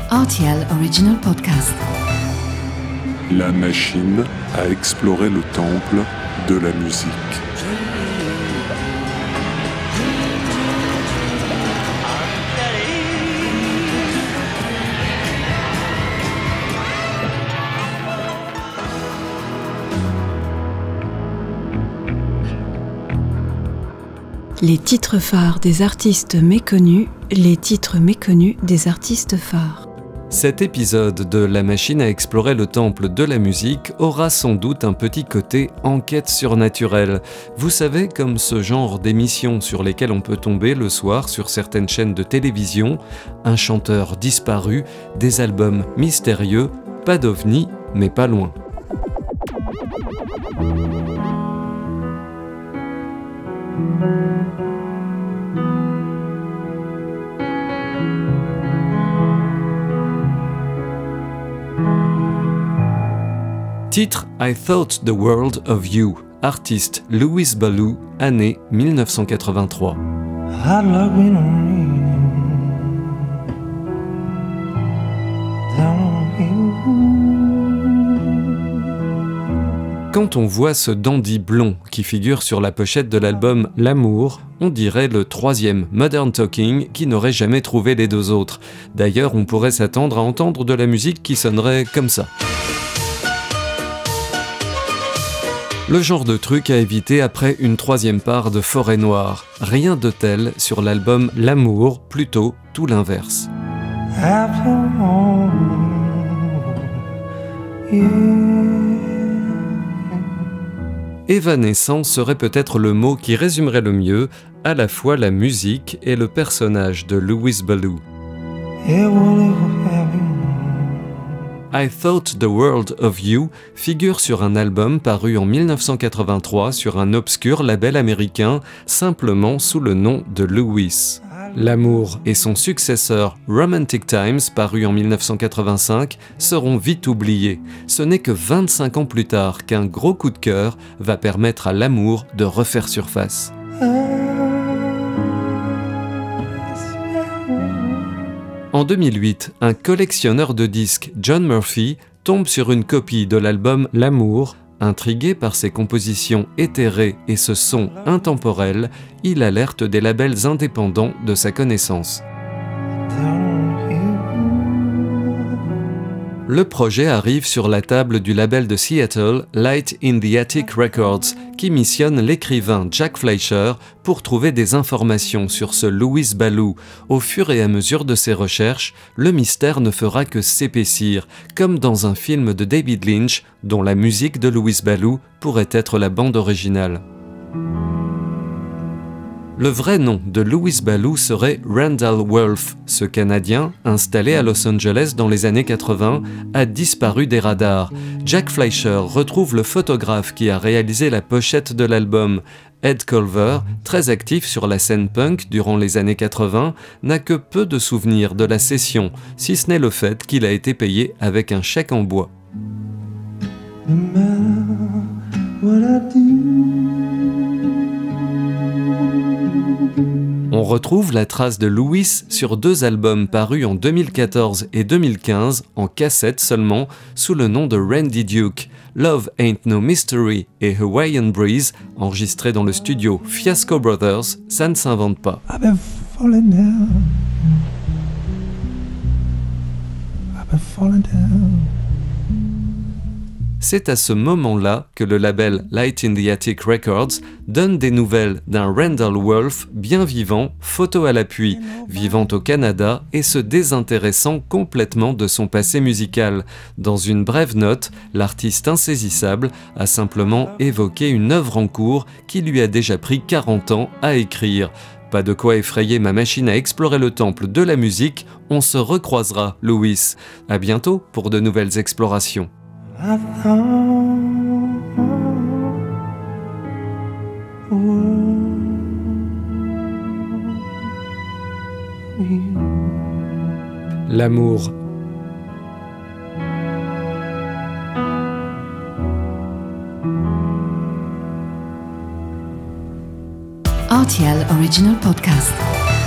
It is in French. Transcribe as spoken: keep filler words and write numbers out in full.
R T L Original Podcast. La machine a exploré le temple de la musique. Les titres phares des artistes méconnus, les titres méconnus des artistes phares. Cet épisode de La machine à explorer le temple de la musique aura sans doute un petit côté enquête surnaturelle. Vous savez, comme ce genre d'émissions sur lesquelles on peut tomber le soir sur certaines chaînes de télévision, un chanteur disparu, des albums mystérieux, pas d'ovni, mais pas loin. Titre I Thought the World of You, artiste Louis Ballou, année mille neuf cent quatre-vingt-trois. Quand on voit ce dandy blond qui figure sur la pochette de l'album L'Amour, on dirait le troisième Modern Talking qui n'aurait jamais trouvé les deux autres. D'ailleurs, on pourrait s'attendre à entendre de la musique qui sonnerait comme ça. Le genre de truc à éviter après une troisième part de Forêt Noire. Rien de tel sur l'album L'Amour, plutôt tout l'inverse. Évanescent serait peut-être le mot qui résumerait le mieux à la fois la musique et le personnage de Louis Ballou. I Thought the World of You figure sur un album paru en mille neuf cent quatre-vingt-trois sur un obscur label américain, simplement sous le nom de Louis. L'Amour et son successeur Romantic Times, paru en mille neuf cent quatre-vingt-cinq, seront vite oubliés. Ce n'est que vingt-cinq ans plus tard qu'un gros coup de cœur va permettre à L'Amour de refaire surface. En deux mille huit, un collectionneur de disques, John Murphy, tombe sur une copie de l'album L'Amour. Intrigué par ses compositions éthérées et ce son intemporel, il alerte des labels indépendants de sa connaissance. Le projet arrive sur la table du label de Seattle, Light in the Attic Records, qui missionne l'écrivain Jack Fleischer pour trouver des informations sur ce Louis Ballou. Au fur et à mesure de ses recherches, le mystère ne fera que s'épaissir, comme dans un film de David Lynch, dont la musique de Louis Ballou pourrait être la bande originale. Le vrai nom de Louis Ballou serait Randall Wolf. Ce Canadien, installé à Los Angeles dans les années quatre-vingts, a disparu des radars. Jack Fleischer retrouve le photographe qui a réalisé la pochette de l'album. Ed Culver, très actif sur la scène punk durant les années quatre-vingts, n'a que peu de souvenirs de la session, si ce n'est le fait qu'il a été payé avec un chèque en bois. On retrouve la trace de Louis sur deux albums parus en deux mille quatorze et deux mille quinze, en cassette seulement, sous le nom de Randy Duke. Love Ain't No Mystery et Hawaiian Breeze, enregistrés dans le studio Fiasco Brothers, ça ne s'invente pas. I've been falling down. I've been falling down. C'est à ce moment-là que le label Light in the Attic Records donne des nouvelles d'un Randall Wolf bien vivant, photo à l'appui, vivant au Canada et se désintéressant complètement de son passé musical. Dans une brève note, l'artiste insaisissable a simplement évoqué une œuvre en cours qui lui a déjà pris quarante ans à écrire. Pas de quoi effrayer ma machine à explorer le temple de la musique, on se recroisera, Louis. À bientôt pour de nouvelles explorations. I thought L'Amour. R T L Original Podcast.